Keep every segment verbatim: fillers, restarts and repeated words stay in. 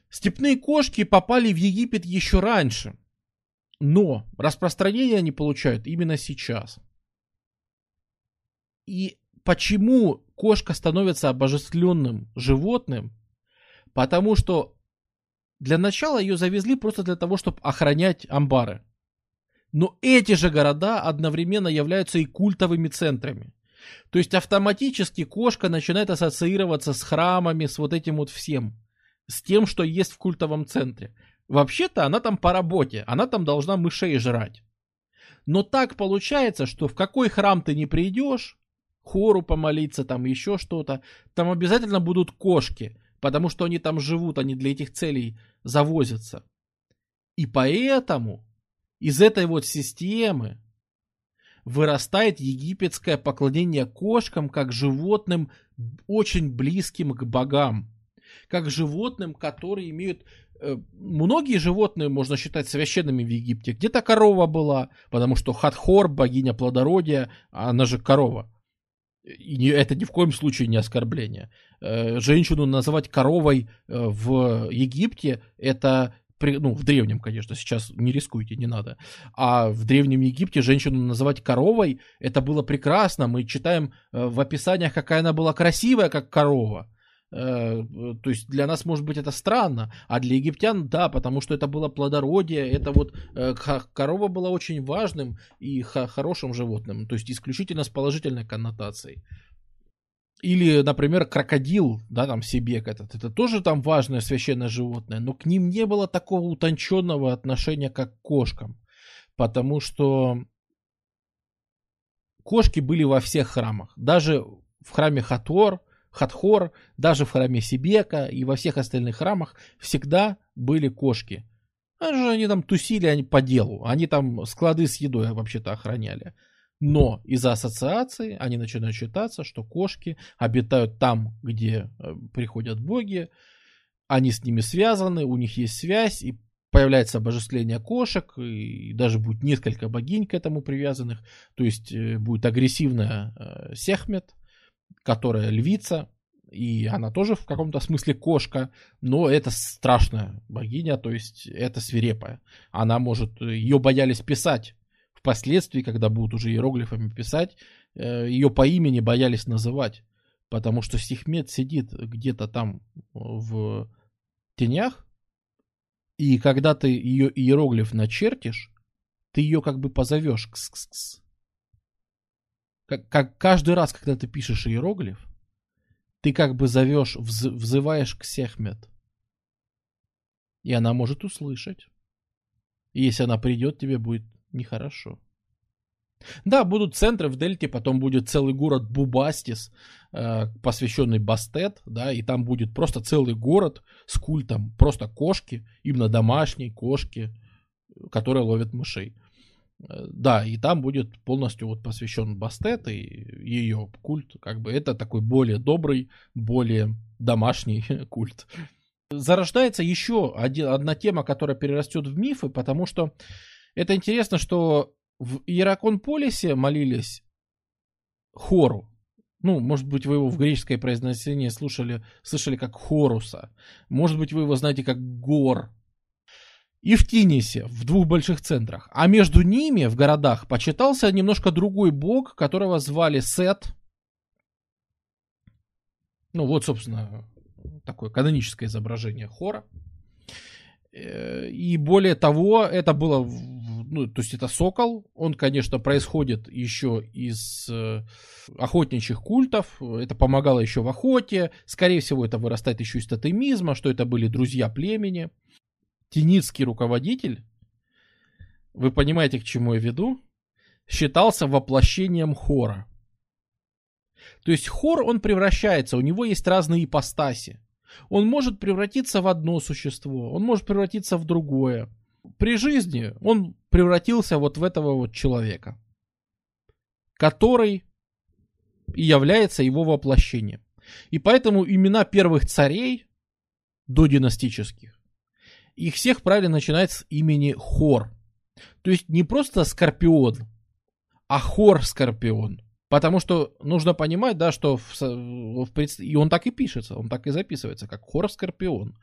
Степные кошки попали в Египет еще раньше, но распространение они получают именно сейчас. И почему кошка становится обожествленным животным? Потому что для начала ее завезли просто для того, чтобы охранять амбары. Но эти же города одновременно являются и культовыми центрами. То есть автоматически кошка начинает ассоциироваться с храмами, с вот этим вот всем. С тем, что есть в культовом центре. Вообще-то она там по работе, она там должна мышей жрать. Но так получается, что в какой храм ты не придешь, хору помолиться, там еще что-то, там обязательно будут кошки, потому что они там живут, они для этих целей завозятся. И поэтому из этой вот системы вырастает египетское поклонение кошкам как животным, очень близким к богам. Как животным, которые имеют... Э, многие животные можно считать священными в Египте. Где-то корова была, потому что Хатхор, богиня плодородия, она же корова. И не, это ни в коем случае не оскорбление. Э, женщину называть коровой э, в Египте, это... Ну, в древнем, конечно, сейчас не рискуйте, не надо. А в древнем Египте женщину называть коровой, это было прекрасно. Мы читаем э, в описаниях, какая она была красивая, как корова. Э, то есть для нас, может быть, это странно, а для египтян, да, потому что это было плодородие, это вот э, корова была очень важным и х- хорошим животным, то есть исключительно с положительной коннотацией. Или, например, крокодил, да, там себек этот, это тоже там важное священное животное, но к ним не было такого утонченного отношения, как к кошкам, потому что кошки были во всех храмах, даже в храме Хатор, Хатхор, даже в храме Себека и во всех остальных храмах всегда были кошки. А же они там тусили они по делу, они там склады с едой вообще-то охраняли. Но из-за ассоциации они начинают считаться, что кошки обитают там, где э, приходят боги, они с ними связаны, у них есть связь, и появляется обожествление кошек, и даже будет несколько богинь к этому привязанных, то есть э, будет агрессивная э, Сехмет, которая львица, и она тоже в каком-то смысле кошка, но это страшная богиня, то есть это свирепая. Она может, ее боялись писать. Впоследствии, когда будут уже иероглифами писать, ее по имени боялись называть, потому что Сехмет сидит где-то там в тенях, и когда ты ее иероглиф начертишь, ты ее как бы позовешь. Кс-кс-кс. Как, как каждый раз, когда ты пишешь иероглиф, ты как бы зовешь, вз, взываешь к Сехмет. И она может услышать. И если она придет, тебе будет нехорошо. Да, будут центры в Дельте, потом будет целый город Бубастис, э, посвященный Бастет, да, и там будет просто целый город с культом просто кошки, именно домашней кошки, которые ловят мышей. Э, да, и там будет полностью вот посвящен Бастет и ее культ, как бы это такой более добрый, более домашний культ. Зарождается еще один, одна тема, которая перерастет в мифы, потому что это интересно, что в Иеракон-Полисе молились Хору. Ну, может быть, вы его в греческое произношение слушали, слышали как Хоруса. Может быть, вы его знаете как Гор. И в Тинисе, в двух больших центрах. А между ними, в городах, почитался немножко другой бог, которого звали Сет. Ну, вот, собственно, такое каноническое изображение Хора. И более того, это было, ну, то есть это сокол, он, конечно, происходит еще из э, охотничьих культов, это помогало еще в охоте, скорее всего, это вырастает еще из тотемизма, что это были друзья племени. Тиницкий руководитель, вы понимаете, к чему я веду, считался воплощением Хора. То есть Хор, он превращается, у него есть разные ипостаси. Он может превратиться в одно существо, он может превратиться в другое. При жизни он превратился вот в этого вот человека, который и является его воплощением. И поэтому имена первых царей додинастических, их всех правильно начинать с имени Хор. То есть не просто Скорпион, а Хор-Скорпион. Потому что нужно понимать, да, что в, в, и он так и пишется, он так и записывается, как Хор-Скорпион.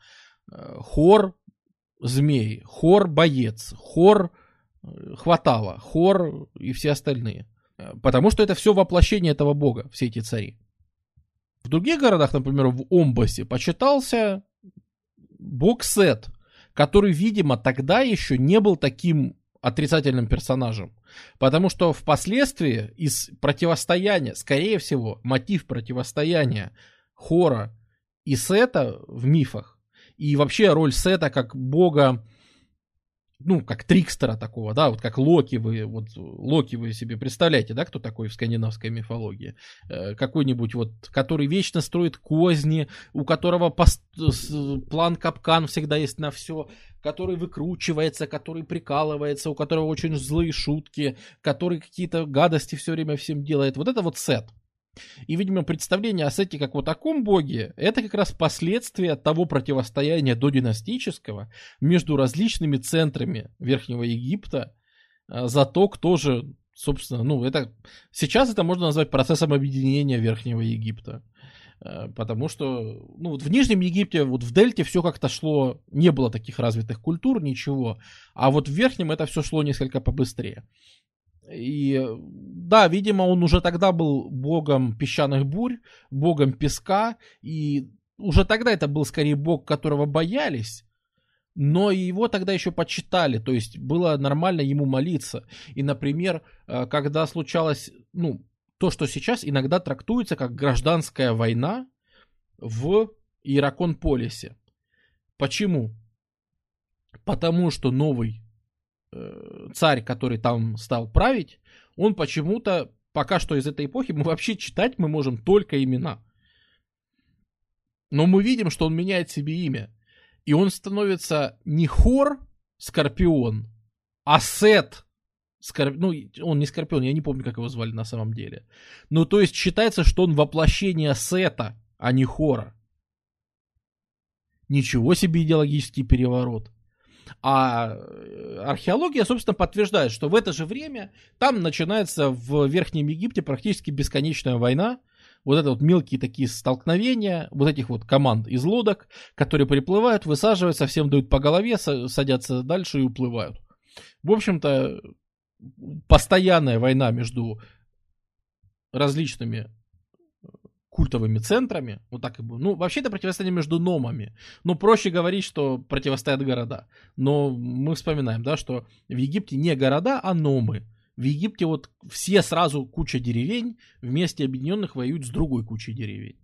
Хор змей, Хор боец, Хор хватало, Хор и все остальные. Потому что это все воплощение этого бога, все эти цари. В других городах, например, в Омбасе, почитался бог Сет, который, видимо, тогда еще не был таким отрицательным персонажем. Потому что впоследствии из противостояния, скорее всего, мотив противостояния Хора и Сета в мифах, и вообще роль Сета как бога, ну, как трикстера такого, да, вот как Локи вы, вот Локи вы себе представляете, да, кто такой в скандинавской мифологии, э, какой-нибудь вот, который вечно строит козни, у которого пост- план капкан всегда есть на все, который выкручивается, который прикалывается, у которого очень злые шутки, который какие-то гадости все время всем делает, вот это вот Сет. И, видимо, представление о Сете как вот таком боге, это как раз последствия того противостояния додинастического между различными центрами Верхнего Египта за то, кто же, собственно, ну, это сейчас это можно назвать процессом объединения Верхнего Египта. Потому что, ну, вот в Нижнем Египте, вот в Дельте все как-то шло, не было таких развитых культур, ничего, а вот в Верхнем это все шло несколько побыстрее. И да, видимо, он уже тогда был богом песчаных бурь, богом песка, и уже тогда это был скорее бог, которого боялись, но его тогда еще почитали, то есть было нормально ему молиться. И, например, когда случалось, ну, то, что сейчас иногда трактуется как гражданская война в Иеракон-Полисе. Почему? Потому что новый царь, который там стал править, он почему-то, пока что из этой эпохи, мы вообще читать мы можем только имена. Но мы видим, что он меняет себе имя. И он становится не Хор, Скорпион, а Сет. Скорп... Ну, он не Скорпион, я не помню, как его звали на самом деле. Ну, то есть считается, что он воплощение Сета, а не Хора. Ничего себе идеологический переворот. А археология, собственно, подтверждает, что в это же время там начинается в Верхнем Египте практически бесконечная война. Вот это вот мелкие такие столкновения, вот этих вот команд из лодок, которые приплывают, высаживаются, всем дают по голове, садятся дальше и уплывают. В общем-то, постоянная война между различными культовыми центрами, вот так и было. Ну, вообще это противостояние между номами. Ну, проще говорить, что противостоят города. Но мы вспоминаем, да, что в Египте не города, а номы. В Египте вот все сразу куча деревень вместе объединенных воюют с другой кучей деревень.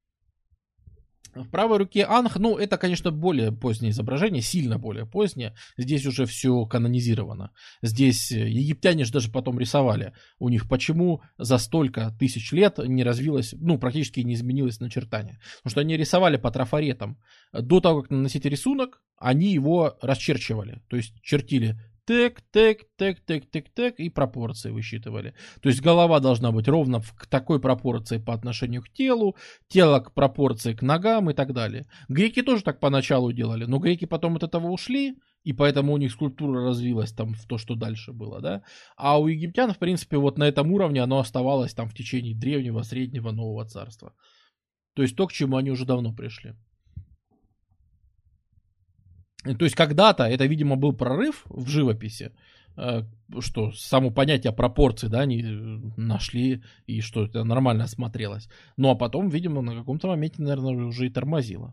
В правой руке Анх, ну, это, конечно, более позднее изображение, сильно более позднее. Здесь уже все канонизировано. Здесь египтяне же даже потом рисовали. У них почему за столько тысяч лет не развилось, ну, практически не изменилось начертание. Потому что они рисовали по трафаретам. До того, как наносить рисунок, они его расчерчивали. То есть чертили тэк, тэк, тэк, тэк, тэк, тэк, и пропорции высчитывали. То есть голова должна быть ровно в такой пропорции по отношению к телу, тело к пропорции к ногам и так далее. Греки тоже так поначалу делали, но греки потом от этого ушли, и поэтому у них скульптура развилась там в то, что дальше было, да. А у египтян, в принципе, вот на этом уровне оно оставалось там в течение древнего, среднего, нового царства. То есть то, к чему они уже давно пришли. То есть когда-то это, видимо, был прорыв в живописи, что само понятие пропорций, да, они нашли, и что это нормально смотрелось. Ну, а потом, видимо, на каком-то моменте, наверное, уже и тормозило.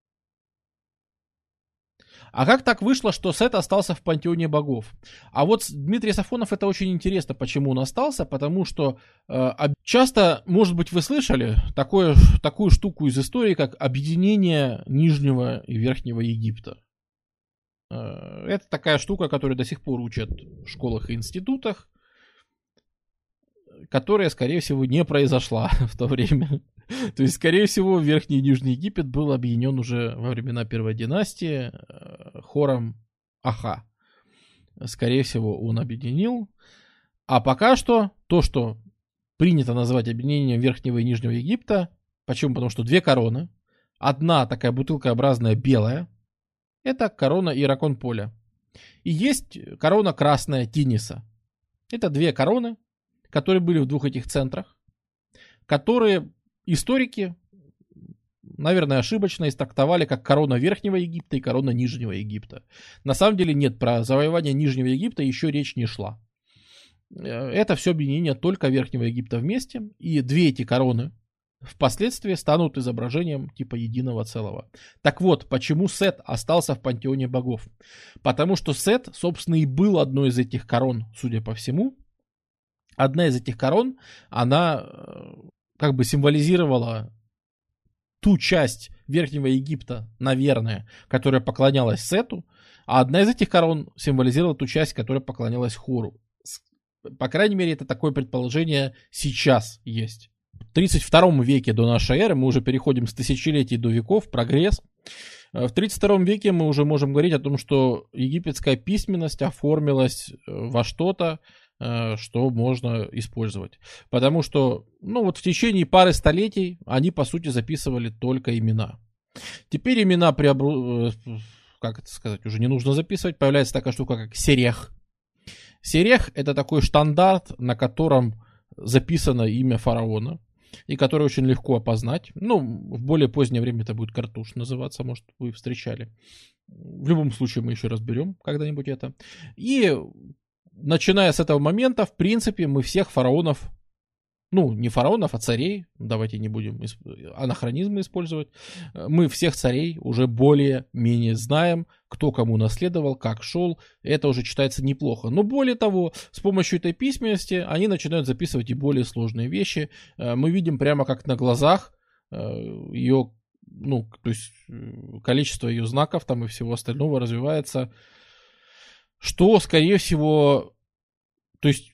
А как так вышло, что Сет остался в пантеоне богов? А вот Дмитрий Сафонов, это очень интересно, почему он остался, потому что э, часто, может быть, вы слышали такое, такую штуку из истории, как объединение Нижнего и Верхнего Египта. Это такая штука, которую до сих пор учат в школах и институтах, которая, скорее всего, не произошла в то время. То есть, скорее всего, Верхний и Нижний Египет был объединен уже во времена Первой династии Хором Аха. Скорее всего, он объединил. А пока что, то, что принято называть объединением Верхнего и Нижнего Египта, почему? Потому что две короны. Одна такая бутылкообразная белая, это корона Иеракон-Поля. И есть корона красная Тиниса. Это две короны, которые были в двух этих центрах, которые историки наверное, ошибочно истрактовали как корона Верхнего Египта и корона Нижнего Египта. На самом деле нет, про завоевание Нижнего Египта еще речь не шла. Это все объединение только Верхнего Египта вместе, и две эти короны впоследствии станут изображением типа единого целого. Так вот, почему Сет остался в пантеоне богов? Потому что Сет, собственно, и был одной из этих корон, судя по всему. Одна из этих корон, она как бы символизировала ту часть Верхнего Египта, наверное, которая поклонялась Сету, а одна из этих корон символизировала ту часть, которая поклонялась Хору. По крайней мере, это такое предположение сейчас есть. В тридцать втором веке до нашей эры мы уже переходим с тысячелетий до веков, прогресс. В тридцать втором веке мы уже можем говорить о том, что египетская письменность оформилась во что-то, что можно использовать. Потому что, ну вот в течение пары столетий они, по сути, записывали только имена. Теперь имена приобру... как это сказать, уже не нужно записывать. Появляется такая штука, как серех. Серех — это такой штандарт, на котором записано имя фараона, и который очень легко опознать. Ну, в более позднее время это будет картуш называться, может, вы встречали. В любом случае мы еще разберем когда-нибудь это. И начиная с этого момента, в принципе, мы всех фараонов, ну, не фараонов, а царей, давайте не будем анахронизмы использовать, мы всех царей уже более-менее знаем, кто кому наследовал, как шел, это уже читается неплохо. Но более того, с помощью этой письменности они начинают записывать и более сложные вещи. Мы видим прямо как на глазах ее, ну, то есть количество ее знаков там и всего остального развивается, что, скорее всего, то есть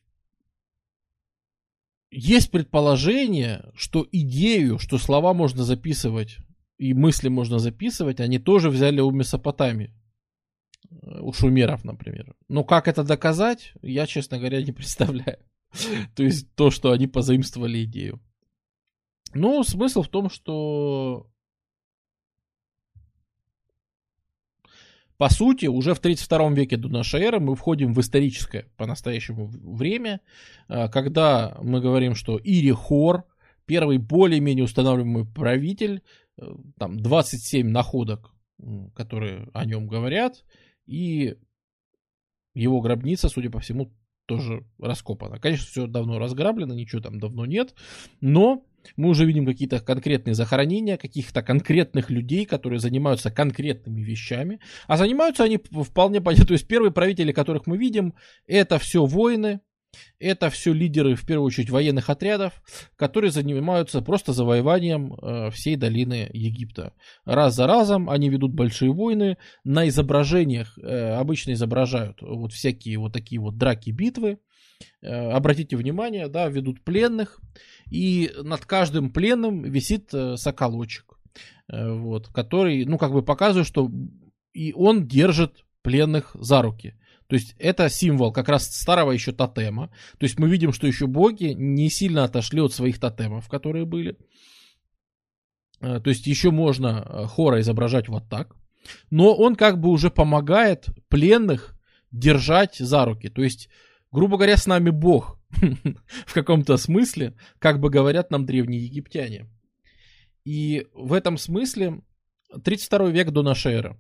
есть предположение, что идею, что слова можно записывать и мысли можно записывать, они тоже взяли у Месопотамии, у шумеров, например. Но как это доказать, я, честно говоря, не представляю. То есть то, что они позаимствовали идею. Ну, смысл в том, что по сути, уже в тридцать втором веке до нашей эры мы входим в историческое по-настоящему время, когда мы говорим, что Ири-Хор, первый более-менее устанавливаемый правитель, там двадцать семь находок, которые о нем говорят, и его гробница, судя по всему, тоже раскопана. Конечно, все давно разграблено, ничего там давно нет, но мы уже видим какие-то конкретные захоронения, каких-то конкретных людей, которые занимаются конкретными вещами. А занимаются они вполне понятно. То есть первые правители, которых мы видим, это все воины, это все лидеры, в первую очередь, военных отрядов, которые занимаются просто завоеванием э, всей долины Египта. Раз за разом они ведут большие войны. На изображениях э, обычно изображают вот всякие вот такие вот драки, битвы. Обратите внимание, да, ведут пленных, и над каждым пленным висит э, соколочек, э, вот, который, ну, как бы показывает, что и он держит пленных за руки. То есть это символ как раз старого еще тотема. То есть мы видим, что еще боги не сильно отошли от своих тотемов, которые были. Э, то есть еще можно Хора изображать вот так. Но он как бы уже помогает пленных держать за руки. То есть, грубо говоря, с нами Бог в каком-то смысле, как бы говорят нам древние египтяне. И в этом смысле тридцать второй век до нашей эры.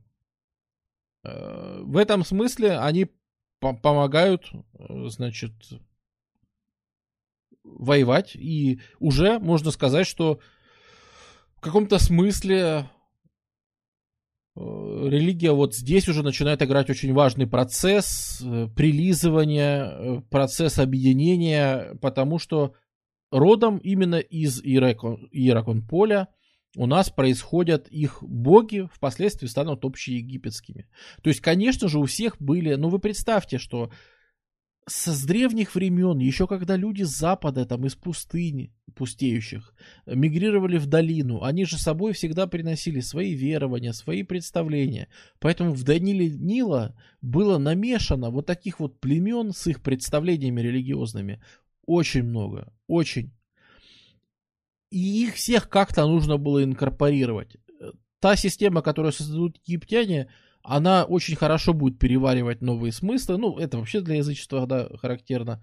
В этом смысле они помогают, значит, воевать. И уже можно сказать, что в каком-то смысле религия вот здесь уже начинает играть очень важный процесс прилизывания, процесс объединения, потому что родом именно из Иеракон-Поля у нас происходят их боги, впоследствии станут общеегипетскими. То есть, конечно же, у всех были, ну вы представьте, что с древних времен, еще когда люди с запада, там, из пустыни пустеющих, мигрировали в долину, они же с собой всегда приносили свои верования, свои представления. Поэтому в долине Нила было намешано вот таких вот племен с их представлениями религиозными. Очень много, очень. И их всех как-то нужно было инкорпорировать. Та система, которую создадут египтяне, она очень хорошо будет переваривать новые смыслы. Ну, это вообще для язычества, да, характерно.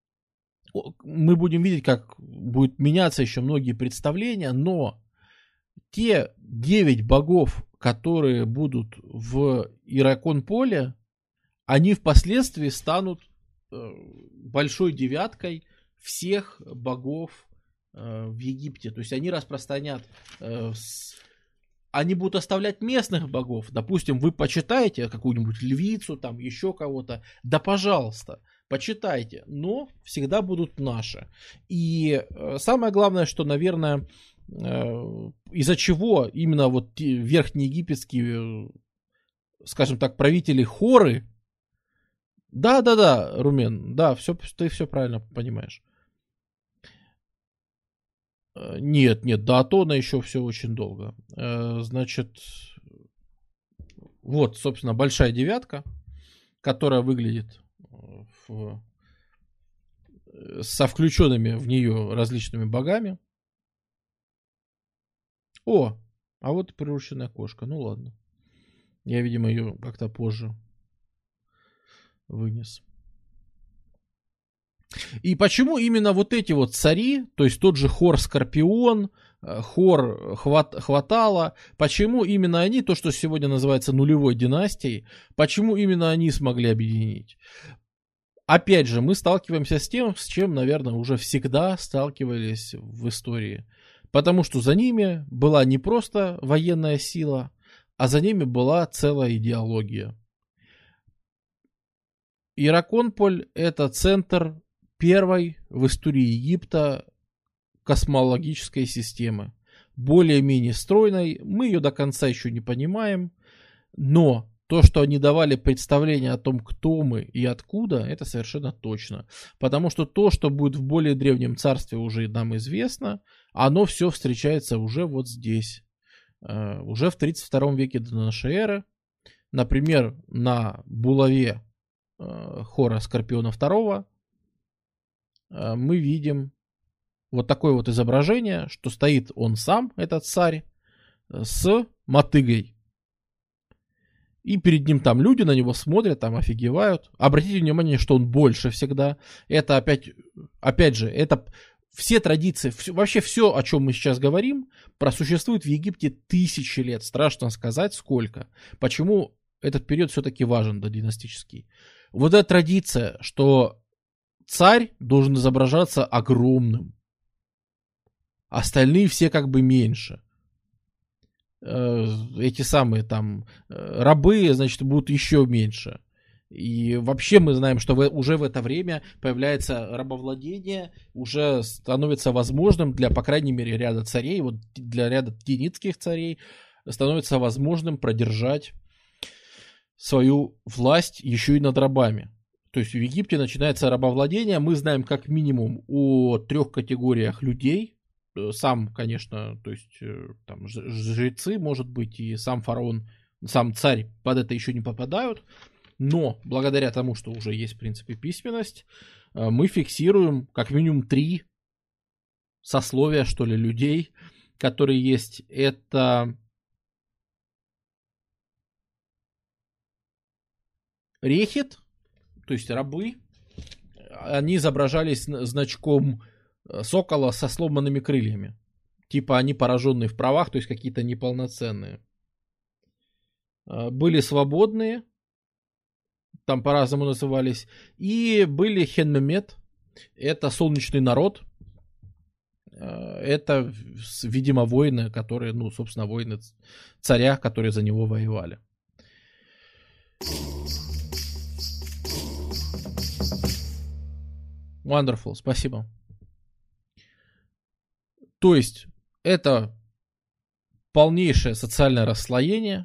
Мы будем видеть, как будут меняться еще многие представления, но те девять богов, которые будут в Иракон-поле, они впоследствии станут э, большой девяткой всех богов э, в Египте. То есть они распространят, э, с... они будут оставлять местных богов. Допустим, вы почитаете какую-нибудь львицу, там еще кого-то. Да, пожалуйста, почитайте. Но всегда будут наши. И э, самое главное, что, наверное, э, из-за чего именно вот верхнеегипетские, скажем так, правители Хоры. Да, да, да, Румен, да, все, ты все правильно понимаешь. Нет, нет, до Атона еще все очень долго. Значит, вот, собственно, большая девятка, которая выглядит в... со включенными в нее различными богами. О, а вот прирученная кошка, ну ладно. Я, видимо, ее как-то позже вынес. И почему именно вот эти вот цари, то есть тот же Хор Скорпион, Хор хват, Хватала, почему именно они, то, что сегодня называется нулевой династией, почему именно они смогли объединить? Опять же, мы сталкиваемся с тем, с чем, наверное, уже всегда сталкивались в истории. Потому что за ними была не просто военная сила, а за ними была целая идеология. Ираконполь – это центр первой в истории Египта космологической системы. Более-менее стройной, мы ее до конца еще не понимаем, но то, что они давали представление о том, кто мы и откуда, это совершенно точно. Потому что то, что будет в более древнем царстве, уже нам известно, оно все встречается уже вот здесь. Уже в тридцать втором веке до нашей эры. Например, на булаве Хора Скорпиона второго мы видим вот такое вот изображение, что стоит он сам, этот царь, с мотыгой. И перед ним там люди на него смотрят, там офигевают. Обратите внимание, что он больше всегда. Это опять, опять же, это все традиции, все, вообще все, о чем мы сейчас говорим, просуществует в Египте тысячи лет. Страшно сказать, сколько. Почему этот период все-таки важен, да, династический. Вот эта традиция, что царь должен изображаться огромным. Остальные все как бы меньше. Эти самые там рабы, значит, будут еще меньше. И вообще мы знаем, что в, уже в это время появляется рабовладение, уже становится возможным для, по крайней мере, ряда царей, вот для ряда тенитских царей, становится возможным продержать свою власть еще и над рабами. То есть в Египте начинается рабовладение, мы знаем как минимум о трех категориях людей. Сам, конечно, то есть там жрецы, может быть, и сам фараон, сам царь под это еще не попадают. Но благодаря тому, что уже есть, в принципе, письменность, мы фиксируем как минимум три сословия, что ли, людей, которые есть. Это рехет, то есть рабы. Они изображались значком сокола со сломанными крыльями. Типа они пораженные в правах, то есть какие-то неполноценные. Были свободные, там по-разному назывались. И были хенмемет, это солнечный народ. Это, видимо, воины, которые, ну, собственно, воины царя, которые за него воевали. Wonderful, спасибо. То есть, это полнейшее социальное расслоение.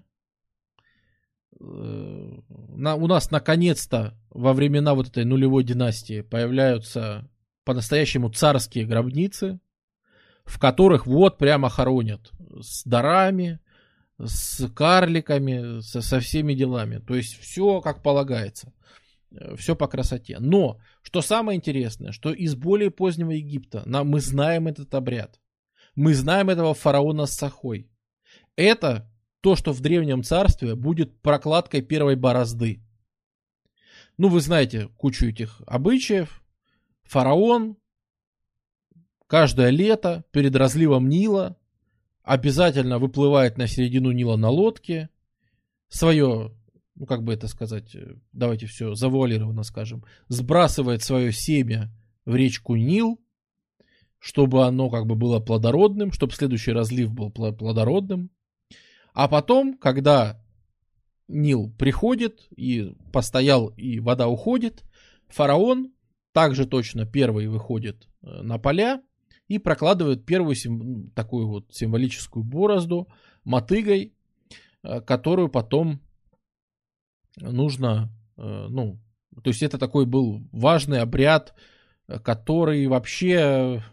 На, у нас наконец-то во времена вот этой нулевой династии появляются по-настоящему царские гробницы, в которых вот прямо хоронят с дарами, с карликами, со, со всеми делами. То есть все как полагается. Все по красоте. Но, что самое интересное, что из более позднего Египта нам, мы знаем этот обряд. Мы знаем этого фараона с сахой. Это то, что в Древнем Царстве будет прокладкой первой борозды. Ну, вы знаете кучу этих обычаев. Фараон каждое лето перед разливом Нила обязательно выплывает на середину Нила на лодке, свое, ну как бы это сказать, давайте все завуалированно скажем, сбрасывает свое семя в речку Нил, чтобы оно как бы было плодородным, чтобы следующий разлив был плодородным. А потом, когда Нил приходит и постоял, и вода уходит, фараон также точно первый выходит на поля и прокладывает первую сим- такую вот символическую борозду мотыгой, которую потом нужно, ну, то есть это такой был важный обряд, который вообще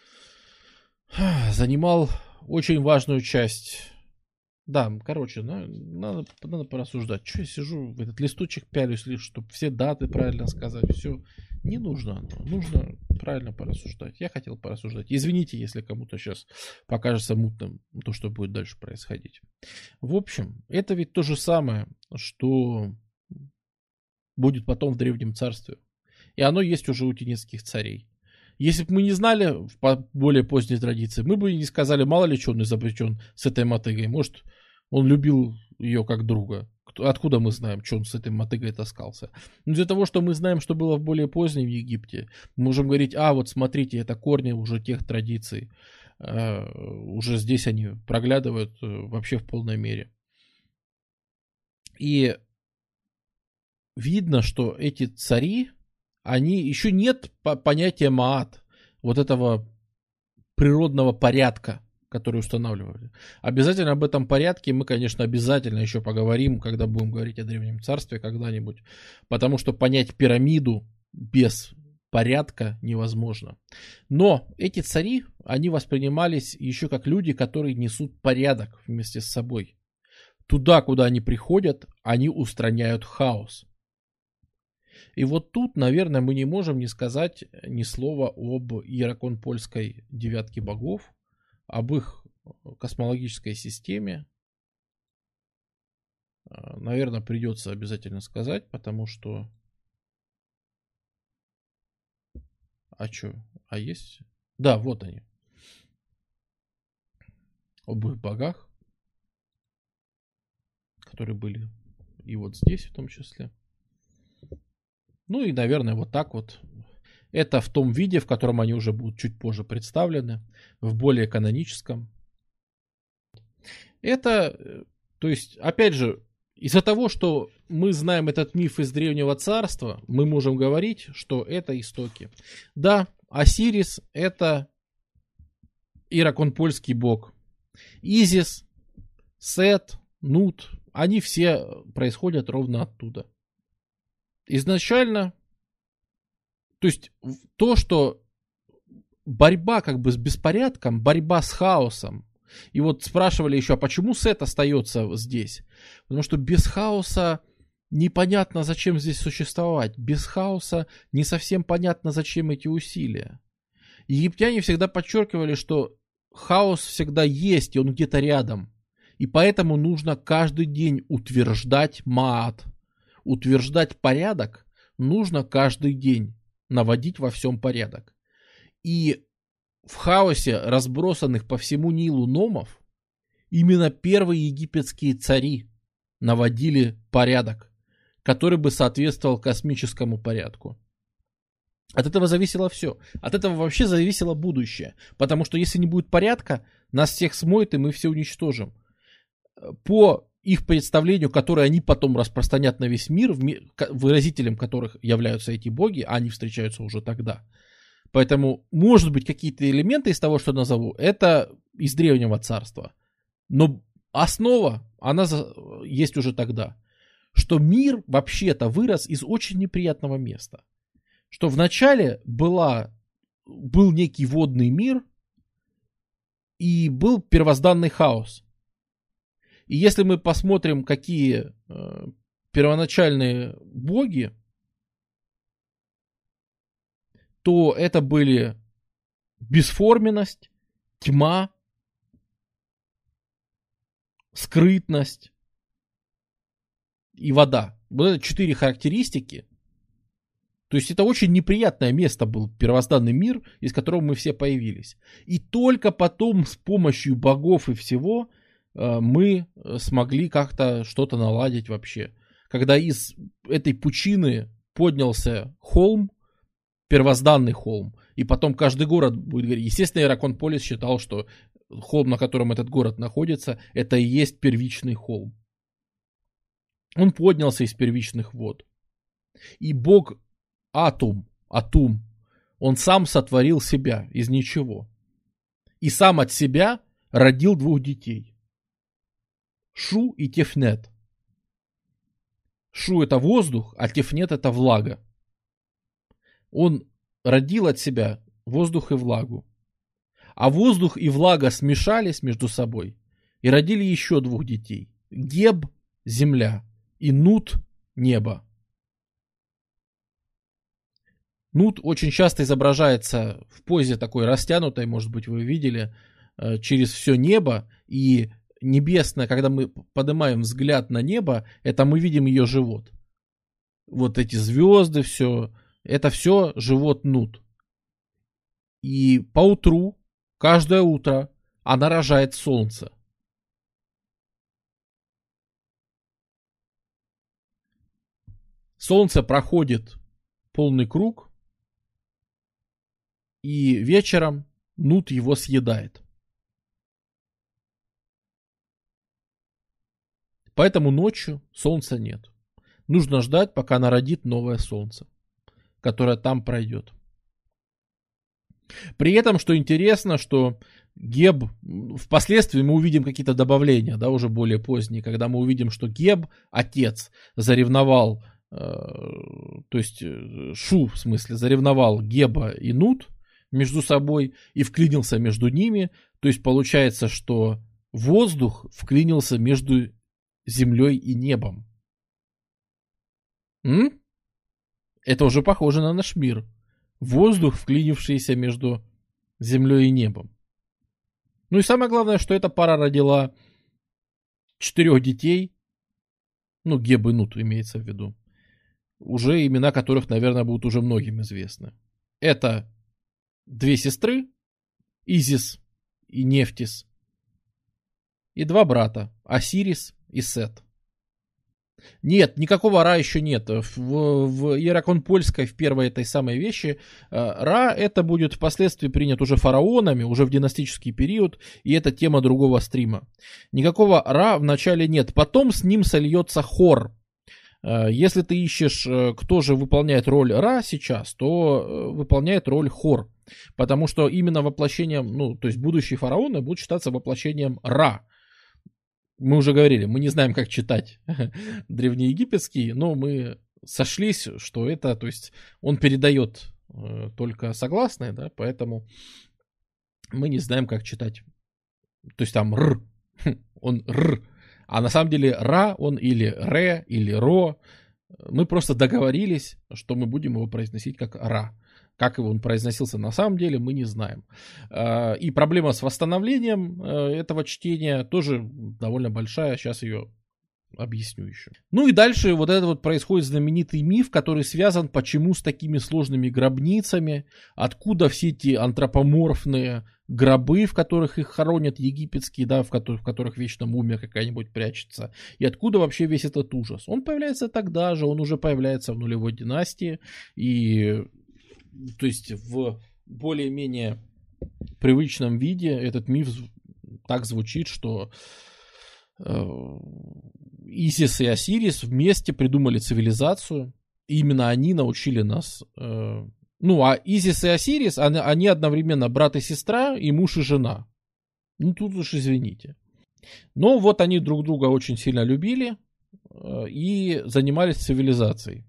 занимал очень важную часть. Да, короче, надо, надо порассуждать. Что я сижу, в этот листочек пялюсь лишь, чтобы все даты правильно сказать. Все, не нужно. Нужно правильно порассуждать. Я хотел порассуждать. Извините, если кому-то сейчас покажется мутным то, что будет дальше происходить. В общем, это ведь то же самое, что будет потом в Древнем Царстве. И оно есть уже у тенецких царей. Если бы мы не знали по более поздней традиции, мы бы не сказали, мало ли что он изобретен с этой мотыгой. Может, он любил ее как друга. Откуда мы знаем, что он с этой мотыгой таскался? Но из-за того, что мы знаем, что было в более позднем Египте, мы можем говорить, а вот смотрите, это корни уже тех традиций. Уже здесь они проглядывают вообще в полной мере. И видно, что эти цари, они, еще нет понятия маат, вот этого природного порядка, который устанавливали. Обязательно об этом порядке мы, конечно, обязательно еще поговорим, когда будем говорить о Древнем Царстве когда-нибудь, потому что понять пирамиду без порядка невозможно. Но эти цари, они воспринимались еще как люди, которые несут порядок вместе с собой. Туда, куда они приходят, они устраняют хаос. И вот тут, наверное, мы не можем не сказать ни слова об Иеракон-Польской девятке богов, об их космологической системе. Наверное, придется обязательно сказать, потому что... А что? А есть? Да, вот они. Об их богах, которые были и вот здесь в том числе. Ну и, наверное, вот так вот. Это в том виде, в котором они уже будут чуть позже представлены, в более каноническом. Это, то есть, опять же, из-за того, что мы знаем этот миф из Древнего Царства, мы можем говорить, что это истоки. Да, Осирис — это Иеракон-Польский бог. Изис, Сет, Нут, они все происходят ровно оттуда. Изначально, то есть то, что борьба как бы с беспорядком, борьба с хаосом. И вот спрашивали еще, а почему Сет остается здесь? Потому что без хаоса непонятно, зачем здесь существовать. Без хаоса не совсем понятно, зачем эти усилия. Египтяне всегда подчеркивали, что хаос всегда есть, и он где-то рядом. И поэтому нужно каждый день утверждать маат. Утверждать порядок нужно каждый день, наводить во всем порядок. И в хаосе разбросанных по всему Нилу номов именно первые египетские цари наводили порядок, который бы соответствовал космическому порядку. От этого зависело все. От этого вообще зависело будущее. Потому что если не будет порядка, нас всех смоет, и мы все уничтожим. По их представлению, которое они потом распространят на весь мир, выразителем которых являются эти боги, а они встречаются уже тогда. Поэтому, может быть, какие-то элементы из того, что назову, это из Древнего Царства. Но основа, она есть уже тогда. Что мир вообще-то вырос из очень неприятного места. Что вначале была, был некий водный мир и был первозданный хаос. И если мы посмотрим, какие э, первоначальные боги, то это были бесформенность, тьма, скрытность и вода. Вот это четыре характеристики. То есть это очень неприятное место был, первозданный мир, из которого мы все появились. И только потом с помощью богов и всего э, мы смогли как-то что-то наладить вообще. Когда из этой пучины поднялся холм, первозданный холм, и потом каждый город будет говорить. Естественно, Иракон Полис считал, что холм, на котором этот город находится, это и есть первичный холм. Он поднялся из первичных вод. И бог Атум, Атум, он сам сотворил себя из ничего. И сам от себя родил двух детей. Шу и Тефнет. Шу это воздух, а Тефнет это влага. Он родил от себя воздух и влагу. А воздух и влага смешались между собой и родили еще двух детей. Геб – земля и Нут – небо. Нут очень часто изображается в позе такой растянутой, может быть, вы видели, через все небо. И небесное, когда мы поднимаем взгляд на небо, это мы видим ее живот. Вот эти звезды, все, это все живот Нут. И поутру, каждое утро, она рожает солнце. Солнце проходит полный круг, и вечером Нут его съедает. Поэтому ночью солнца нет. Нужно ждать, пока она родит новое солнце, которое там пройдет. При этом, что интересно, что Геб, впоследствии мы увидим какие-то добавления, да, уже более поздние, когда мы увидим, что Геб, отец, заревновал, э, то есть Шу, в смысле, заревновал Геба и Нут между собой и вклинился между ними. То есть получается, что воздух вклинился между землей и небом. М? Это уже похоже на наш мир. Воздух, вклинившийся между землей и небом. Ну и самое главное, что эта пара родила четырех детей. Ну, Геб и Нут имеется в виду. Уже имена которых, наверное, будут уже многим известны. Это две сестры, Изис и Нефтис. И два брата, Осирис и Сет. Нет, никакого Ра еще нет. В, в Иеракон-Польской, в первой этой самой вещи, Ра это будет впоследствии принят уже фараонами, уже в династический период, и это тема другого стрима. Никакого Ра в начале нет. Потом с ним сольется Хор. Если ты ищешь, кто же выполняет роль Ра сейчас, то выполняет роль Хор. Потому что именно воплощением, ну, то есть будущие фараоны будут считаться воплощением Ра. Мы уже говорили, мы не знаем, как читать древнеегипетский, но мы сошлись, что это, то есть он передает э, только согласные, да, поэтому мы не знаем, как читать. То есть там р, он р, а на самом деле ра, он или ре, или ро. Мы просто договорились, что мы будем его произносить как ра. Как его он произносился на самом деле, мы не знаем. И проблема с восстановлением этого чтения тоже довольно большая. Сейчас ее объясню еще. Ну и дальше вот это вот происходит знаменитый миф, который связан почему с такими сложными гробницами, откуда все эти антропоморфные гробы, в которых их хоронят египетские, да, в которых, в которых вечно мумия какая-нибудь прячется, и откуда вообще весь этот ужас. Он появляется тогда же, он уже появляется в нулевой династии, и то есть в более-менее привычном виде этот миф так звучит, что э, Изис и Осирис вместе придумали цивилизацию. И именно они научили нас. Э, ну, а Изис и Осирис, они, они одновременно брат и сестра, и муж и жена. Ну, тут уж извините. Но вот они друг друга очень сильно любили э, и занимались цивилизацией.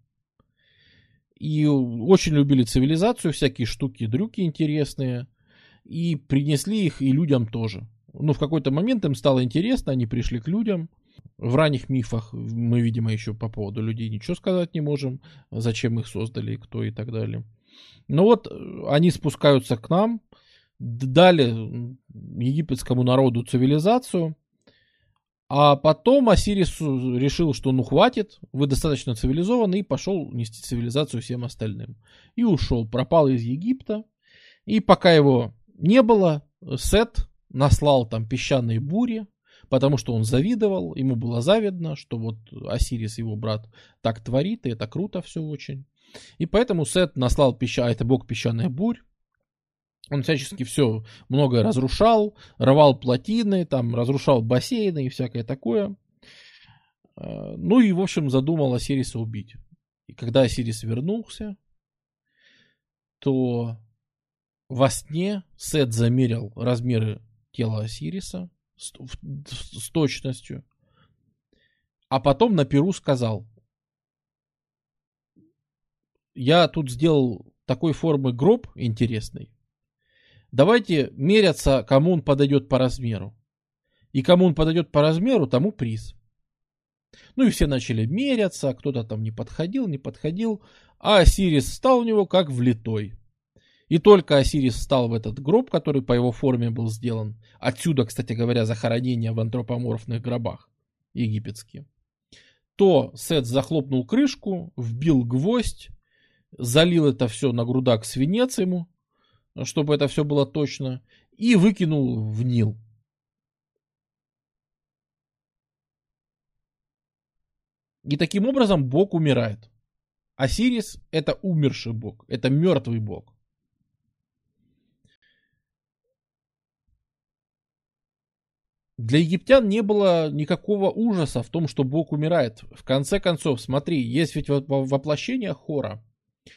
И очень любили цивилизацию, всякие штуки, дрюки интересные. И принесли их и людям тоже. Ну, в какой-то момент им стало интересно, они пришли к людям. В ранних мифах мы, видимо, еще по поводу людей ничего сказать не можем. Зачем их создали, кто и так далее. Но вот они спускаются к нам. Дали египетскому народу цивилизацию. А потом Осирис решил, что ну хватит, вы достаточно цивилизованы, и пошел нести цивилизацию всем остальным. И ушел, пропал из Египта. И пока его не было, Сет наслал там песчаные бури, потому что он завидовал, ему было завидно, что вот Осирис, его брат, так творит, и это круто все очень. И поэтому Сет наслал песчаные, а это бог песчаных бурь. Он всячески все многое разрушал, рвал плотины, там, разрушал бассейны и всякое такое. Ну и, в общем, задумал Осириса убить. И когда Осирис вернулся, то во сне Сет замерил размеры тела Осириса с, с точностью, а потом на пиру сказал: я тут сделал такой формы гроб интересный, давайте меряться, кому он подойдет по размеру. И кому он подойдет по размеру, тому приз. Ну и все начали меряться, кто-то там не подходил, не подходил, а Осирис встал у него как влитой. И только Осирис встал в этот гроб, который по его форме был сделан, отсюда, кстати говоря, захоронения в антропоморфных гробах египетские, то Сет захлопнул крышку, вбил гвоздь, залил это все на грудак свинец ему, чтобы это все было точно, и выкинул в Нил. И таким образом бог умирает. Осирис — это умерший бог, это мертвый бог. Для египтян не было никакого ужаса в том, что бог умирает. В конце концов, смотри, есть ведь воплощение Хора.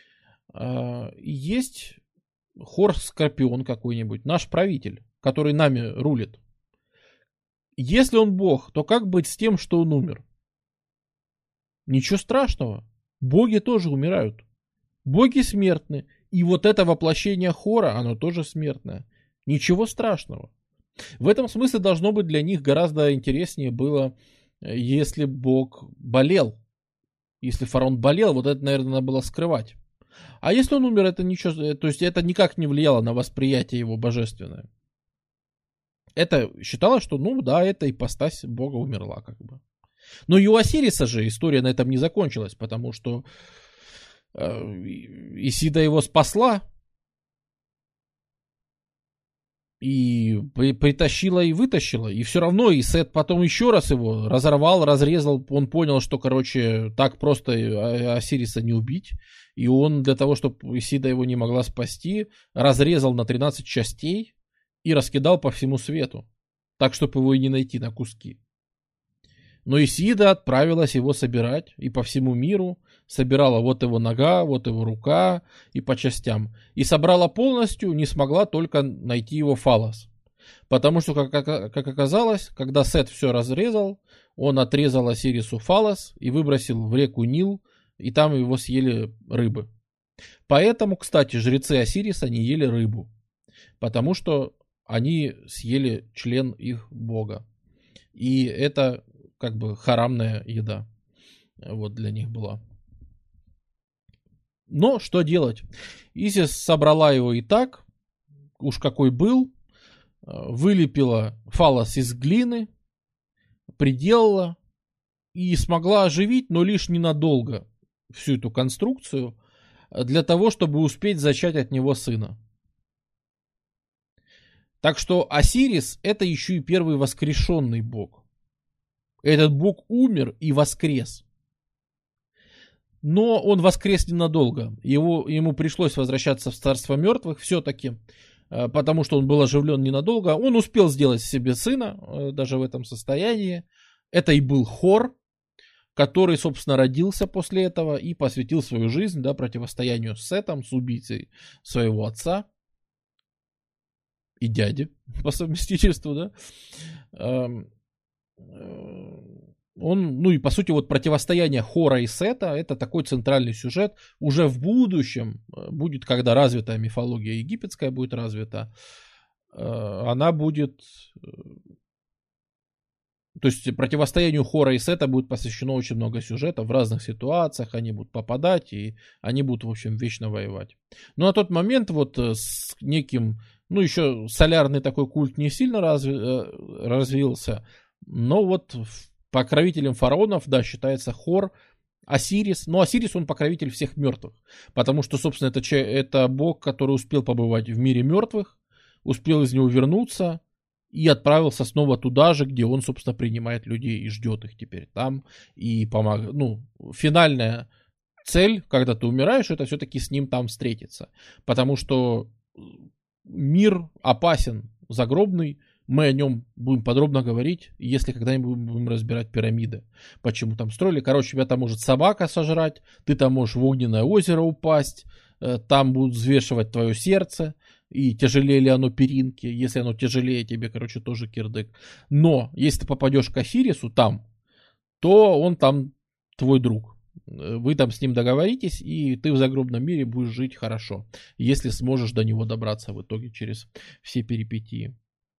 Есть Хор-скорпион какой-нибудь, наш правитель, который нами рулит. Если он бог, то как быть с тем, что он умер? Ничего страшного. Боги тоже умирают. Боги смертны. И вот это воплощение Хора, оно тоже смертное. Ничего страшного. В этом смысле должно быть для них гораздо интереснее было, если бог болел. Если фараон болел, вот это, наверное, надо было скрывать. А если он умер, это ничего, то есть это никак не влияло на восприятие его божественное. Это считалось, что, ну да, эта ипостась бога умерла, как бы. Но и у Осириса же история на этом не закончилась, потому что э, Исида его спасла и при, притащила и вытащила, и все равно и Сет потом еще раз его разорвал, разрезал, он понял, что, короче, так просто Осириса не убить, и он для того, чтобы Исида его не могла спасти, разрезал на тринадцать частей и раскидал по всему свету, так, чтобы его и не найти на куски. Но Исида отправилась его собирать и по всему миру, собирала вот его нога, вот его рука и по частям. И собрала полностью, не смогла только найти его фалос. Потому что, как, как, как оказалось, когда Сет все разрезал, он отрезал Осирису фалос и выбросил в реку Нил, и там его съели рыбы. Поэтому, кстати, жрецы Осириса не ели рыбу, потому что они съели член их бога. И это как бы харамная еда вот для них была. Но что делать? Изис собрала его и так, уж какой был, вылепила фалос из глины, приделала и смогла оживить, но лишь ненадолго, всю эту конструкцию, для того, чтобы успеть зачать от него сына. Так что Осирис — это еще и первый воскрешенный бог. Этот бог умер и воскрес. Но он воскрес ненадолго. Его, ему пришлось возвращаться в царство мертвых все-таки, потому что он был оживлен ненадолго. Он успел сделать себе сына, даже в этом состоянии. Это и был Хор, который, собственно, родился после этого и посвятил свою жизнь, да, противостоянию с Сетом, с убийцей своего отца и дяди по совместительству, да. Он, ну и по сути вот противостояние Хора и Сета — это такой центральный сюжет. Уже в будущем будет, когда развитая мифология египетская будет развита, она будет, то есть противостоянию Хора и Сета будет посвящено очень много сюжетов в разных ситуациях, они будут попадать и они будут, в общем, вечно воевать. Но на тот момент вот с неким, ну еще солярный такой культ не сильно разви, развился, Но вот покровителем фараонов, да, считается Хор, Осирис. Но Осирис, он покровитель всех мертвых. Потому что, собственно, это, это бог, который успел побывать в мире мертвых, успел из него вернуться и отправился снова туда же, где он, собственно, принимает людей и ждет их теперь там. И помогает. Ну, финальная цель, когда ты умираешь, это все-таки с ним там встретиться. Потому что мир опасен, загробный. Мы о нем будем подробно говорить, если когда-нибудь будем разбирать пирамиды. Почему там строили. Короче, тебя там может собака сожрать, ты там можешь в огненное озеро упасть, там будут взвешивать твое сердце, и тяжелее ли оно перинки. Если оно тяжелее, тебе, короче, тоже кирдык. Но, если ты попадешь к Осирису там, то он там твой друг. Вы там с ним договоритесь, и ты в загробном мире будешь жить хорошо, если сможешь до него добраться в итоге через все перипетии.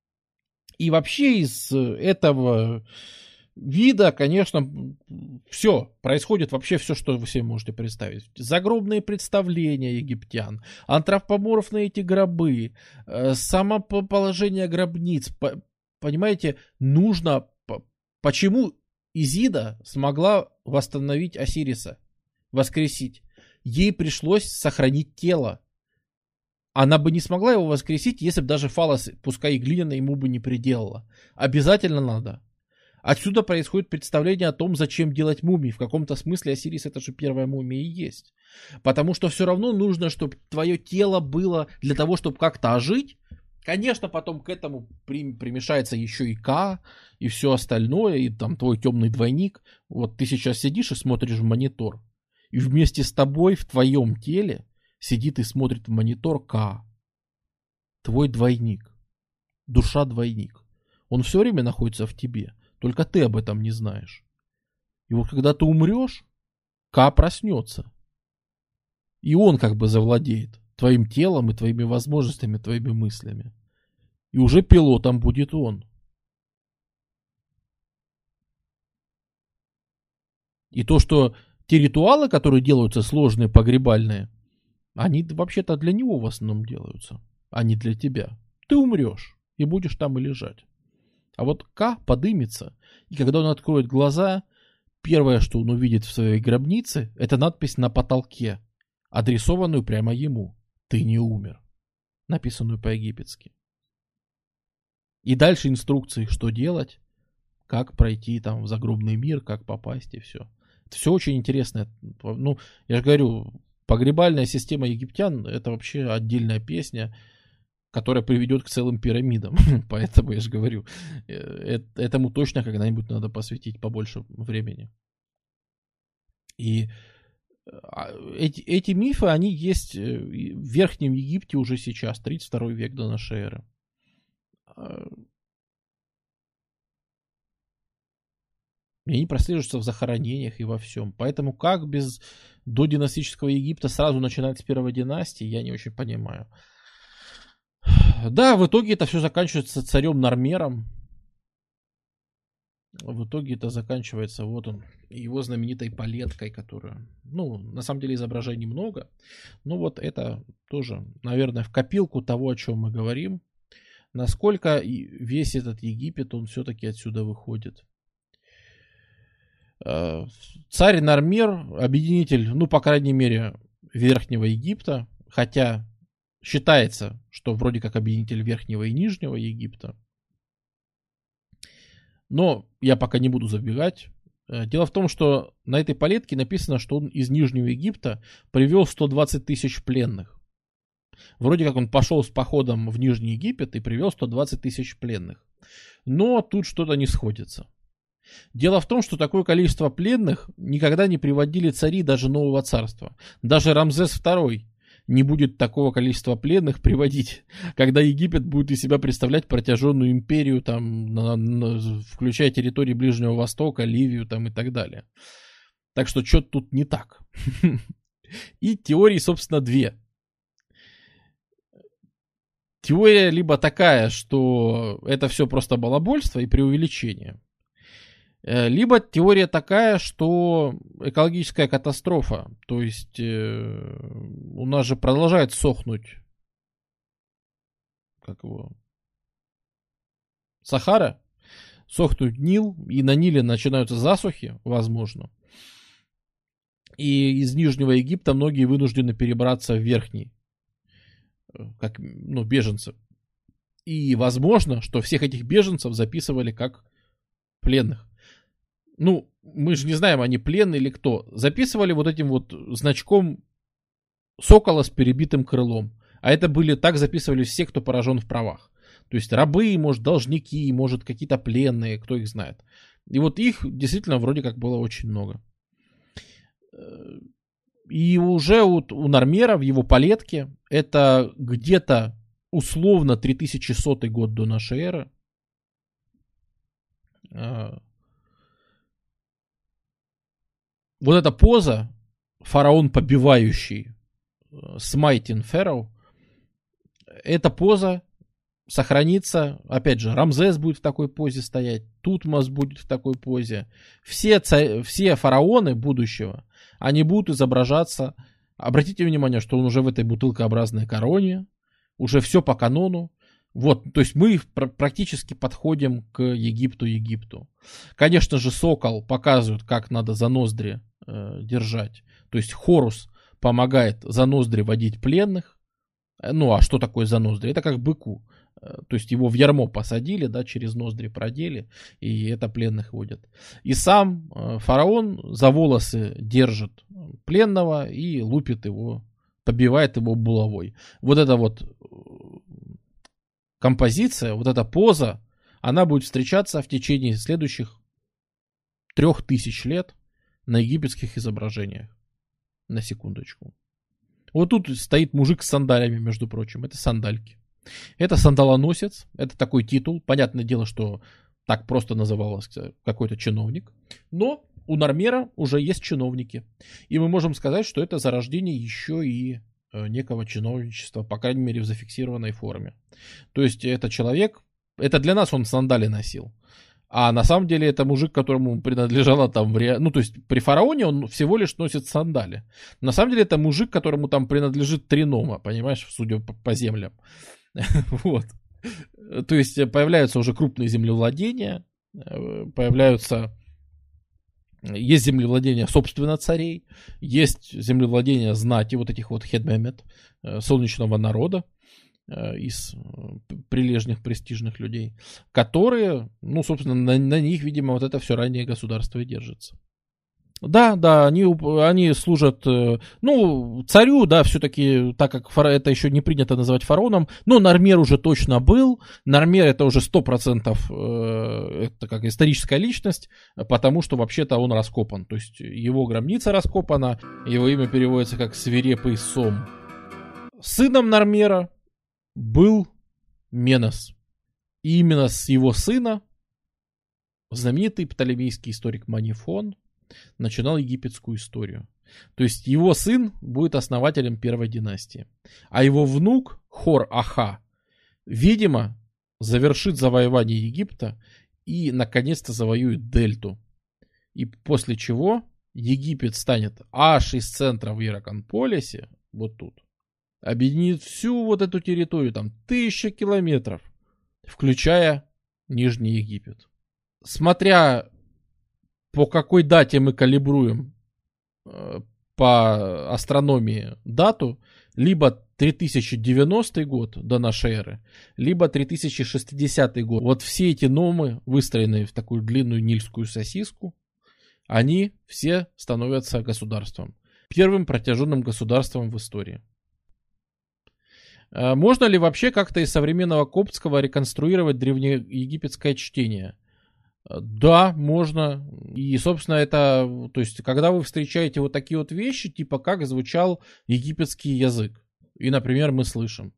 И вообще из этого вида, конечно, все происходит, вообще все, что вы себе можете представить. Загробные представления египтян, антропоморфные эти гробы, самоположение гробниц. Понимаете, нужно... Почему Изида смогла восстановить Осириса, воскресить? Ей пришлось сохранить тело. Она бы не смогла его воскресить, если бы даже фалос, пускай и глиняный, ему бы не приделала. Обязательно надо. Отсюда происходит представление о том, зачем делать мумии. В каком-то смысле Осирис это же первая мумия и есть. Потому что все равно нужно, чтобы твое тело было для того, чтобы как-то ожить. Конечно, потом к этому при, примешается еще и Ка, и все остальное, и там твой темный двойник. Вот ты сейчас сидишь и смотришь в монитор. И вместе с тобой в твоем теле сидит и смотрит в монитор Ка. Твой двойник. Душа-двойник. Он все время находится в тебе. Только ты об этом не знаешь. И вот когда ты умрешь, Ка проснется. И он как бы завладеет твоим телом и твоими возможностями, твоими мыслями. И уже пилотом будет он. И то, что те ритуалы, которые делаются сложные, погребальные, они вообще-то для него в основном делаются, а не для тебя. Ты умрешь и будешь там и лежать. А вот Ка подымется, и когда он откроет глаза, первое, что он увидит в своей гробнице, это надпись на потолке, адресованную прямо ему. Ты не умер. Написанную по-египетски. И дальше инструкции, что делать, как пройти там в загробный мир, как попасть и все. Это все очень интересно. Ну, я же говорю, погребальная система египтян — это вообще отдельная песня, которая приведет к целым пирамидам. Поэтому я же говорю, этому точно когда-нибудь надо посвятить побольше времени. И эти, эти мифы, они есть в Верхнем Египте уже сейчас, тридцать второй век до нашей эры. И они прослеживаются в захоронениях и во всем. Поэтому как без додинастического Египта сразу начинать с первой династии, я не очень понимаю. Да, в итоге это все заканчивается царем Нармером. В итоге это заканчивается, вот он, его знаменитой палеткой, которую, ну, на самом деле изображений много. Но вот это тоже, наверное, в копилку того, о чем мы говорим. Насколько весь этот Египет, он все-таки отсюда выходит. Царь Нармер, объединитель, ну, по крайней мере, Верхнего Египта, хотя считается, что вроде как объединитель Верхнего и Нижнего Египта. Но я пока не буду забегать. Дело в том, что на этой палетке написано, что он из Нижнего Египта привел сто двадцать тысяч пленных. Вроде как он пошел с походом в Нижний Египет и привел сто двадцать тысяч пленных. Но тут что-то не сходится. Дело в том, что такое количество пленных никогда не приводили цари даже Нового Царства. Даже Рамзес второй не будет такого количества пленных приводить, когда Египет будет из себя представлять протяженную империю, там, на, на, включая территории Ближнего Востока, Ливию там, и так далее. Так что что-то тут не так. И теории, собственно, две. Теория либо такая, что это все просто балабольство и преувеличение. Либо теория такая, что экологическая катастрофа. То есть э, у нас же продолжает сохнуть, как его, Сахара. сохнуть Нил, и на Ниле начинаются засухи, возможно. И из Нижнего Египта многие вынуждены перебраться в Верхний, как, ну, беженцы. И возможно, что всех этих беженцев записывали как пленных. Ну, мы же не знаем, они пленные или кто. Записывали вот этим вот значком сокола с перебитым крылом. А это были, так записывали все, кто поражен в правах. То есть рабы, может, должники, может, какие-то пленные, кто их знает. И вот их действительно вроде как было очень много. И уже у, у Нормера в его палетке это где-то условно три тысячи сотый год до нашей эры. Вот эта поза, фараон побивающий, Smiting Pharaoh, эта поза сохранится, опять же, Рамзес будет в такой позе стоять, Тутмос будет в такой позе. Все, царь, все фараоны будущего, они будут изображаться. Обратите внимание, что он уже в этой бутылкообразной короне, уже все по канону. Вот, то есть мы практически подходим к Египту, Египту. Конечно же, сокол показывает, как надо за ноздри э, держать. То есть Хорус помогает за ноздри водить пленных. Ну, а что такое за ноздри? Это как быку. То есть его в ярмо посадили, да, через ноздри продели, и это пленных водят. И сам фараон за волосы держит пленного и лупит его, побивает его булавой. Вот эта вот композиция, вот эта поза, она будет встречаться в течение следующих трех тысяч лет на египетских изображениях. На секундочку. Вот тут стоит мужик с сандалями, между прочим. Это сандальки. Это сандалоносец, это такой титул. Понятное дело, что так просто назывался какой-то чиновник. Но у Нормера уже есть чиновники. И мы можем сказать, что это зарождение еще и некого чиновничества, по крайней мере в зафиксированной форме. То есть это человек, это для нас он сандали носил. А на самом деле это мужик, которому принадлежало там... В ре... Ну, то есть при фараоне он всего лишь носит сандали. На самом деле это мужик, которому там принадлежит тринома, понимаешь, судя по, по землям. Вот. То есть появляются уже крупные землевладения, появляются... Есть землевладения, собственно, царей, есть землевладения знати, вот этих вот хедмемет, солнечного народа, из прилежных, престижных людей, которые, ну, собственно, на, на них, видимо, вот это все раннее государство и держится. Да, да, они, они служат, ну, царю, да, все-таки, так как фара, это еще не принято называть фараоном, но Нормер уже точно был, Нормер это уже сто процентов э, это как историческая личность, потому что вообще-то он раскопан, то есть его гробница раскопана, его имя переводится как свирепый сом. Сыном Нормера был Менес. И именно с его сына знаменитый птолемейский историк Манифон начинал египетскую историю. То есть его сын будет основателем первой династии. А его внук Хор-Аха, видимо, завершит завоевание Египта и наконец-то завоюет дельту. И после чего Египет станет аж из центра в Иераконполисе, вот тут, объединит всю вот эту территорию, там тысяча километров, включая Нижний Египет. Смотря по какой дате мы калибруем э, по астрономии дату, либо три тысячи девяностый год до нашей эры, либо три тысячи шестидесятый год. Вот все эти номы, выстроенные в такую длинную нильскую сосиску, они все становятся государством. Первым протяженным государством в истории. Можно ли вообще как-то из современного коптского реконструировать древнеегипетское чтение? Да, можно. И, собственно, это... То есть, когда вы встречаете вот такие вот вещи, типа как звучал египетский язык, и, например, мы слышим,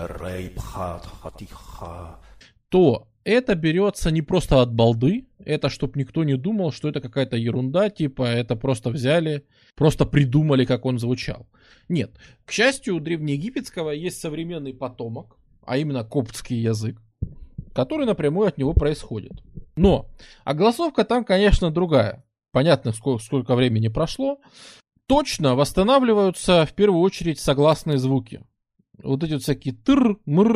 то это берется не просто от балды, это чтоб никто не думал, что это какая-то ерунда, типа это просто взяли, просто придумали, как он звучал. Нет, к счастью, у древнеегипетского есть современный потомок, а именно коптский язык, который напрямую от него происходит. Но огласовка там, конечно, другая. Понятно, сколько, сколько времени прошло. Точно восстанавливаются в первую очередь согласные звуки. Вот эти вот всякие тыр, мр,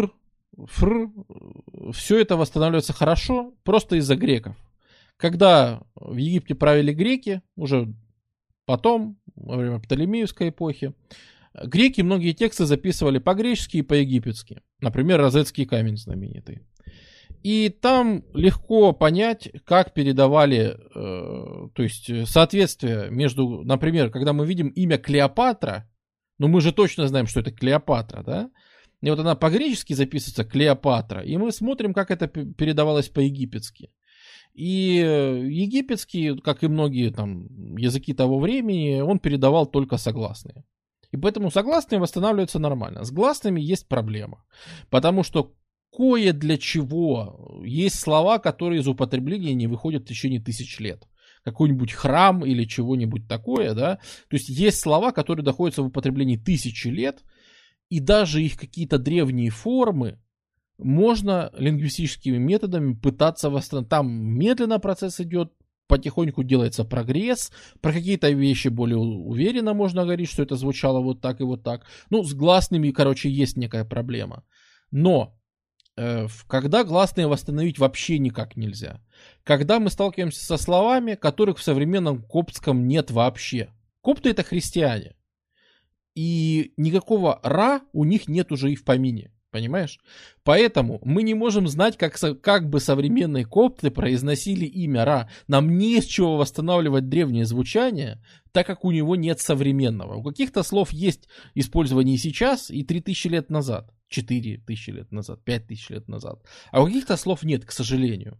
фр, все это восстанавливается хорошо просто из-за греков. Когда в Египте правили греки, уже потом, во время Птолемеевской эпохи, греки многие тексты записывали по-гречески и по-египетски. Например, Розетский камень знаменитый. И там легко понять, как передавали, э, то есть соответствие между, например, когда мы видим имя Клеопатра, ну мы же точно знаем, что это Клеопатра, да? И вот она по-гречески записывается Клеопатра, и мы смотрим, как это передавалось по-египетски. И египетский, как и многие там языки того времени, он передавал только согласные. И поэтому согласные восстанавливаются нормально. С гласными есть проблема, потому что кое для чего есть слова, которые из употребления не выходят в течение тысяч лет. Какой-нибудь храм или чего-нибудь такое, да. То есть есть слова, которые находятся в употреблении тысячи лет, и даже их какие-то древние формы можно лингвистическими методами пытаться восстановить. Там медленно процесс идет, потихоньку делается прогресс, про какие-то вещи более уверенно можно говорить, что это звучало вот так и вот так. Ну, с гласными, короче, есть некая проблема. Но когда гласные восстановить вообще никак нельзя. Когда мы сталкиваемся со словами, которых в современном коптском нет вообще. Копты — это христиане. И никакого «ра» у них нет уже и в помине. Понимаешь? Поэтому мы не можем знать, как, как бы современные копты произносили имя Ра. Нам не из чего восстанавливать древнее звучание, так как у него нет современного. У каких-то слов есть использование сейчас и три тысячи лет назад. четыре тысячи лет назад, пять тысяч лет назад. А у каких-то слов нет, к сожалению.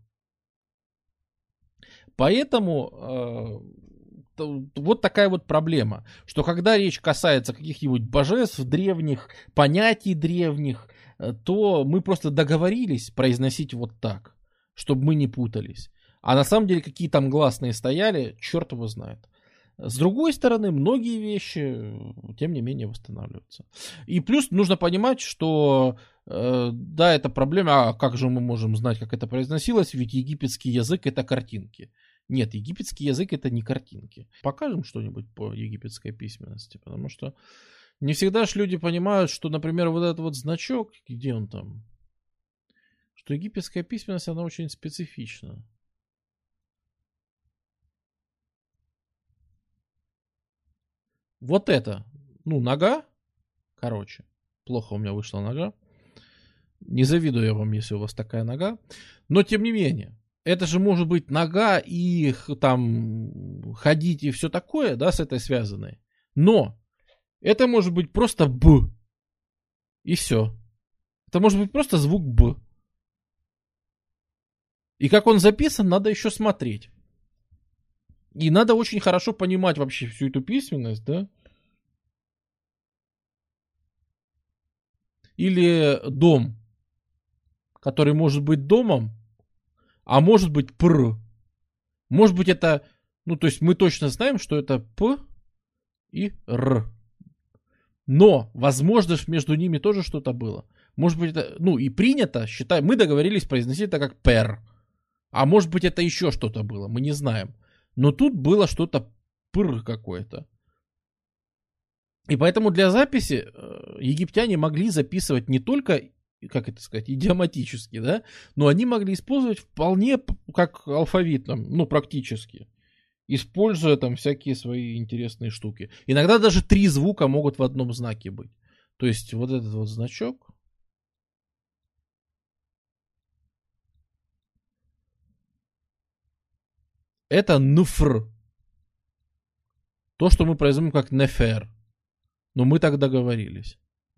Поэтому э, вот такая вот проблема, что когда речь касается каких-нибудь божеств древних, понятий древних, то мы просто договорились произносить вот так, чтобы мы не путались. А на самом деле какие там гласные стояли, черт его знает. С другой стороны, многие вещи, тем не менее, восстанавливаются. И плюс нужно понимать, что э, да, это проблема, а как же мы можем знать, как это произносилось, ведь египетский язык — это картинки. Нет, египетский язык — это не картинки. Покажем что-нибудь по египетской письменности, потому что не всегда же люди понимают, что, например, вот этот вот значок, где он там, что египетская письменность, она очень специфична. Вот это, ну, нога, короче, плохо у меня вышла нога. Не завидую я вам, если у вас такая нога. Но, тем не менее, это же может быть нога и там ходить и все такое, да, с этой связанной. Но это может быть просто Б. И все. Это может быть просто звук Б. И как он записан, надо еще смотреть. И надо очень хорошо понимать вообще всю эту письменность, да? Или дом, который может быть домом, а может быть пр. Может быть это, ну то есть мы точно знаем, что это п и р. Но, возможно, между ними тоже что-то было. Может быть это, ну и принято, считай, мы договорились произносить это как пер. А может быть это еще что-то было, мы не знаем. Но тут было что-то пр какое-то. И поэтому для записи египтяне могли записывать не только, как это сказать, идиоматически, да, но они могли использовать вполне как алфавит, там, ну, практически, используя там всякие свои интересные штуки. Иногда даже три звука могут в одном знаке быть. То есть вот этот вот значок. Это нфр. То, что мы произносим как нефер. Но мы так договорились.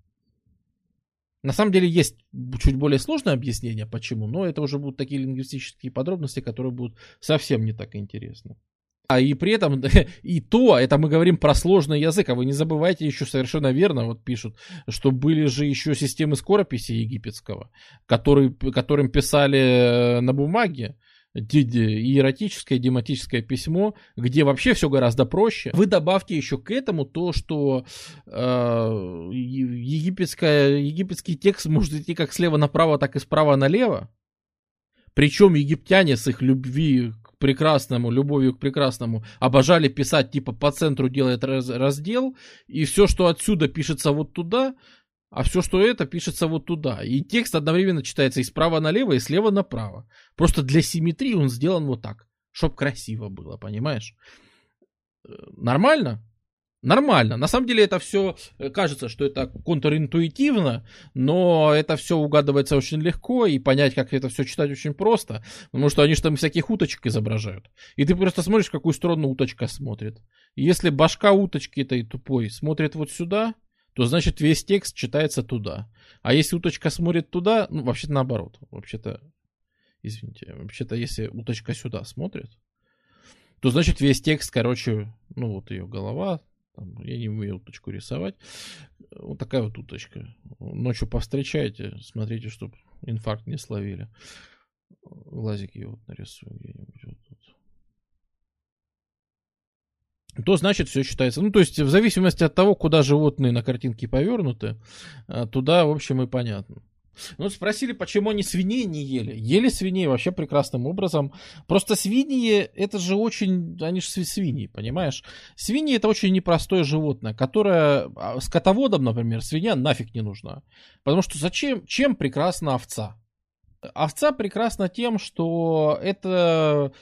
На самом деле есть чуть более сложное объяснение, почему, но это уже будут такие лингвистические подробности, которые будут совсем не так интересны. А и при этом, и то, это мы говорим про сложный язык, а вы не забывайте еще совершенно верно, вот пишут, что были же еще системы скорописи египетского, которые, которым писали на бумаге, иеротическое, дематическое письмо, где вообще все гораздо проще. Вы добавьте еще к этому то, что э, египетская, египетский текст может идти как слева направо, так и справа налево. Причем египтяне с их любви к прекрасному, любовью к прекрасному обожали писать, типа по центру делает раз, раздел, и все, что отсюда пишется вот туда, а все, что это, пишется вот туда. И текст одновременно читается и справа налево, и слева направо. Просто для симметрии он сделан вот так, чтоб красиво было, понимаешь? Нормально? Нормально. На самом деле это все кажется, что это контринтуитивно, но это все угадывается очень легко, и понять, как это все читать, очень просто, потому что они же там всяких уточек изображают. И ты просто смотришь, в какую сторону уточка смотрит. И если башка уточки этой тупой смотрит вот сюда, то значит весь текст читается туда. А если уточка смотрит туда, ну вообще-то наоборот. Вообще-то, извините, вообще-то если уточка сюда смотрит, то значит весь текст, короче, ну вот ее голова. Там, я не умею уточку рисовать. Вот такая вот уточка. Ночью повстречайте, смотрите, чтобы инфаркт не словили. Глазики вот нарисую где-нибудь вот тут. То значит все считается. Ну, то есть в зависимости от того, куда животные на картинке повернуты, туда, в общем, и понятно. Ну, спросили, почему они свиней не ели. Ели свиней вообще прекрасным образом. Просто свиньи, это же очень... Они же свиньи, понимаешь? Свиньи это очень непростое животное, которое... Скотоводам, например, свинья нафиг не нужна. Потому что зачем... Чем прекрасна овца? Овца прекрасна тем, что это...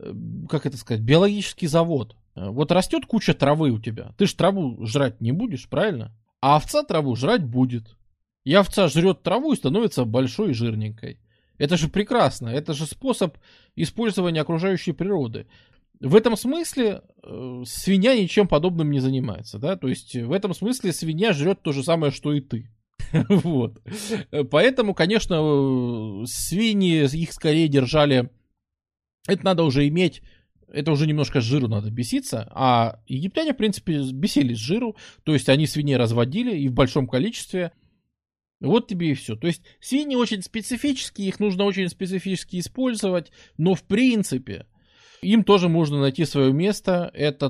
Как это сказать? Биологический завод. Вот растет куча травы у тебя. Ты же траву жрать не будешь, правильно? А овца траву жрать будет. И овца жрет траву и становится большой и жирненькой. Это же прекрасно. Это же способ использования окружающей природы. В этом смысле э, свинья ничем подобным не занимается. Да? То есть в этом смысле свинья жрет то же самое, что и ты. Вот. Поэтому, конечно, свиньи их скорее держали... Это надо уже иметь... Это уже немножко с жиру надо беситься. А египтяне, в принципе, бесились с жиру. То есть они свиней разводили и в большом количестве... Вот тебе и все. То есть свиньи очень специфические, их нужно очень специфически использовать, но в принципе им тоже можно найти свое место. Это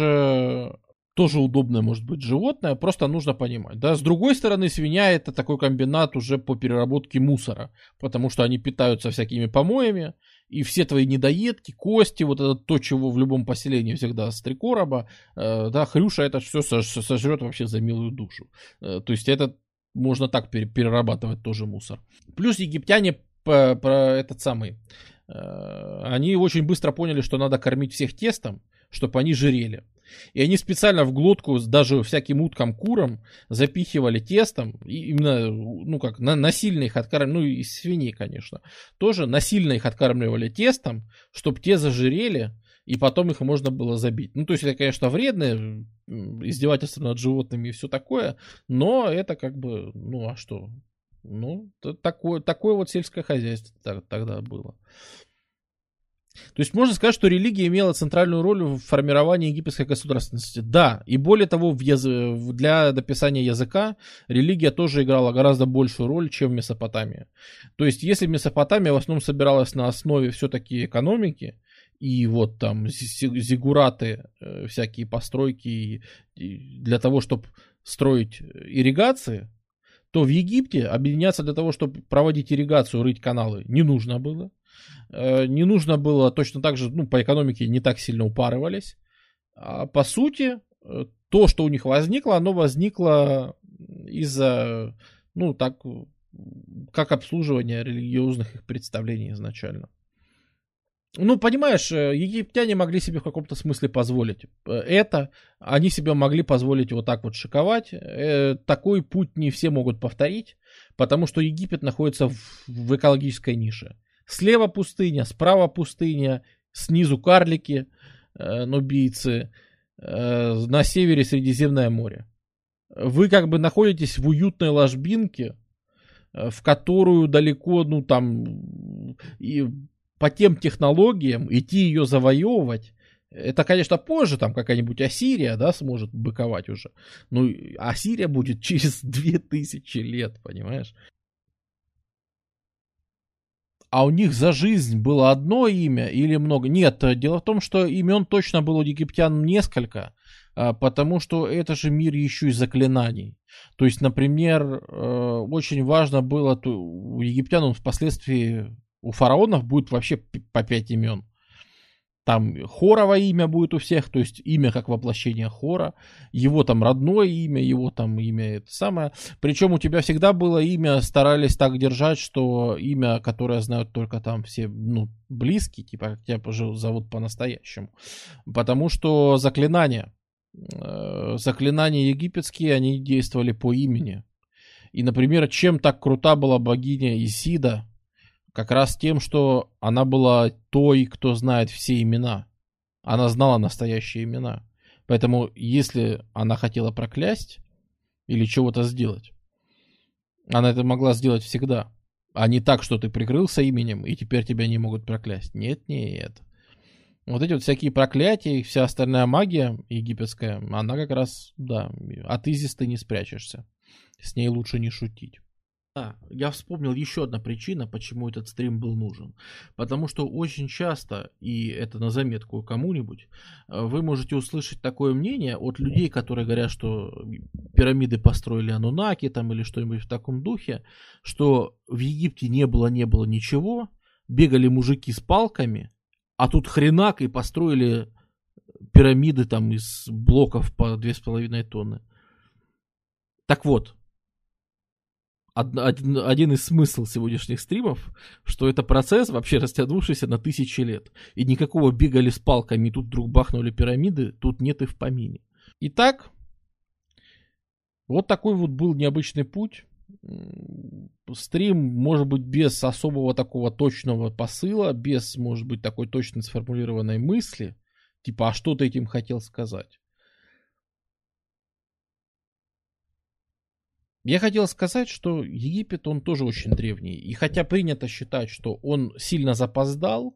тоже, тоже удобное может быть животное, просто нужно понимать. Да? С другой стороны, свинья это такой комбинат уже по переработке мусора, потому что они питаются всякими помоями, и все твои недоедки, кости, вот это то, чего в любом поселении всегда с три короба, э, да, хрюша это все сожрет вообще за милую душу. Э, то есть это можно так перерабатывать тоже мусор. Плюс египтяне по, про этот самый, э, они очень быстро поняли, что надо кормить всех тестом, чтобы они жирели. И они специально в глотку даже всяким уткам, курам запихивали тестом, и именно, ну как, на, насильно их откармливали, ну и свиней, конечно, тоже насильно их откармливали тестом, чтобы те зажирели, и потом их можно было забить. Ну, то есть это, конечно, вредное издевательство над животными и все такое, но это как бы, ну, а что? Ну, такое, такое вот сельское хозяйство тогда было. То есть можно сказать, что религия имела центральную роль в формировании египетской государственности. Да, и более того, в яз... для написания языка религия тоже играла гораздо большую роль, чем в Месопотамии. То есть если Месопотамия в основном собиралась на основе все-таки экономики, и вот там зиггураты, всякие постройки для того, чтобы строить ирригации, то в Египте объединяться для того, чтобы проводить ирригацию, рыть каналы, не нужно было. Не нужно было точно так же, ну, по экономике не так сильно упарывались. А по сути, то, что у них возникло, оно возникло из-за, ну, так, как обслуживание религиозных их представлений изначально. Ну, понимаешь, египтяне могли себе в каком-то смысле позволить это. Они себе могли позволить вот так вот шиковать. Такой путь не все могут повторить, потому что Египет находится в экологической нише. Слева пустыня, справа пустыня, снизу карлики, нубийцы, на севере Средиземное море. Вы как бы находитесь в уютной ложбинке, в которую далеко, ну там... и по тем технологиям идти ее завоевывать, это, конечно, позже там какая-нибудь Ассирия, да, сможет быковать уже. Ну, Ассирия будет через две тысячи лет, понимаешь? А у них за жизнь было одно имя или много? Нет, дело в том, что имен точно было у египтян несколько, потому что это же мир еще и заклинаний. То есть, например, очень важно было у египтян впоследствии... У фараонов будет вообще по пять имен. Там Хоровое имя будет у всех, то есть имя как воплощение Хора, его там родное имя, его там имя это самое. Причем у тебя всегда было имя, старались так держать, что имя, которое знают только там все, ну, близкие, типа как тебя зовут по-настоящему. Потому что заклинания, э, заклинания египетские, они действовали по имени. И, например, чем так крута была богиня Исида? Как раз тем, что она была той, кто знает все имена. Она знала настоящие имена. Поэтому, если она хотела проклясть или чего-то сделать, она это могла сделать всегда. А не так, что ты прикрылся именем, и теперь тебя не могут проклясть. Нет, нет. Вот эти вот всякие проклятия и вся остальная магия египетская, она как раз, да, от Изис ты не спрячешься. С ней лучше не шутить. А, я вспомнил еще одна причина, почему этот стрим был нужен. Потому что очень часто, и это на заметку кому-нибудь, вы можете услышать такое мнение от людей, которые говорят, что пирамиды построили анунаки там или что-нибудь в таком духе, что в Египте не было, не было ничего, бегали мужики с палками, а тут хренак и построили пирамиды там из блоков по две с половиной тонны. Так вот, Один, один из смыслов сегодняшних стримов, что это процесс, вообще растянувшийся на тысячи лет. И никакого бегали с палками, и тут вдруг бахнули пирамиды, тут нет и в помине. Итак, вот такой вот был необычный путь. Стрим, может быть, без особого такого точного посыла, без, может быть, такой точно сформулированной мысли, типа, а что ты этим хотел сказать? Я хотел сказать, что Египет, он тоже очень древний. И хотя принято считать, что он сильно запоздал,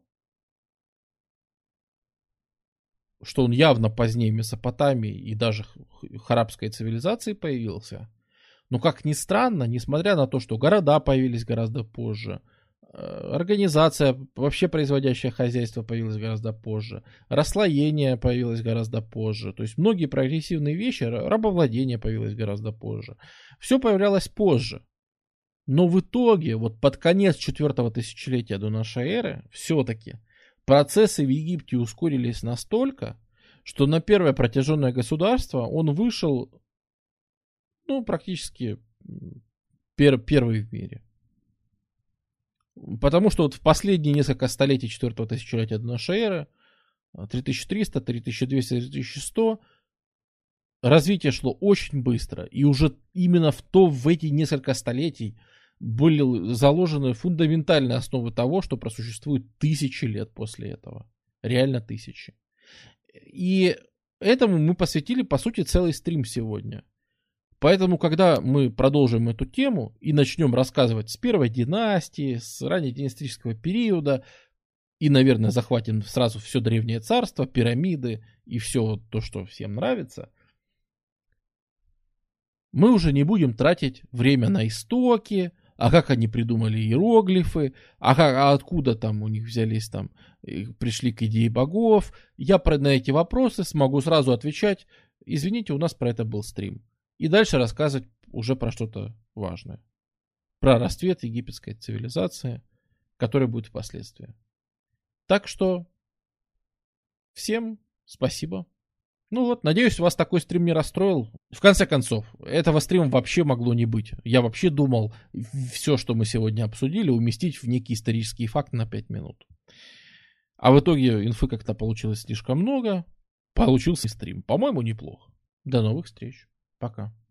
что он явно позднее Месопотамии и даже харабской цивилизации появился, но как ни странно, несмотря на то, что города появились гораздо позже, организация, вообще производящее хозяйство появилось гораздо позже, расслоение появилось гораздо позже, то есть многие прогрессивные вещи, рабовладение появилось гораздо позже. Все появлялось позже. Но в итоге, вот под конец четвертого тысячелетия до нашей эры, все-таки процессы в Египте ускорились настолько, что на первое протяженное государство он вышел, ну, практически пер, первый в мире. Потому что вот в последние несколько столетий четвертого тысячелетия до нашей эры, три тысячи триста, три тысячи двести, три тысячи сто, развитие шло очень быстро. И уже именно в то, в эти несколько столетий были заложены фундаментальные основы того, что просуществует тысячи лет после этого. Реально тысячи. И этому мы посвятили, по сути, целый стрим сегодня. Поэтому, когда мы продолжим эту тему и начнем рассказывать с первой династии, с раннединастического периода, и, наверное, захватим сразу все древнее царство, пирамиды и все то, что всем нравится, мы уже не будем тратить время на истоки, а как они придумали иероглифы, а, как, а откуда там у них взялись там, пришли к идее богов. Я про, на эти вопросы смогу сразу отвечать. Извините, у нас про это был стрим. И дальше рассказывать уже про что-то важное. Про расцвет египетской цивилизации, который будет впоследствии. Так что всем спасибо. Ну вот, надеюсь, вас такой стрим не расстроил. В конце концов, этого стрима вообще могло не быть. Я вообще думал все, что мы сегодня обсудили, уместить в некий исторический факт на пять минут. А в итоге инфы как-то получилось слишком много. Получился стрим. По-моему, неплохо. До новых встреч. Пока.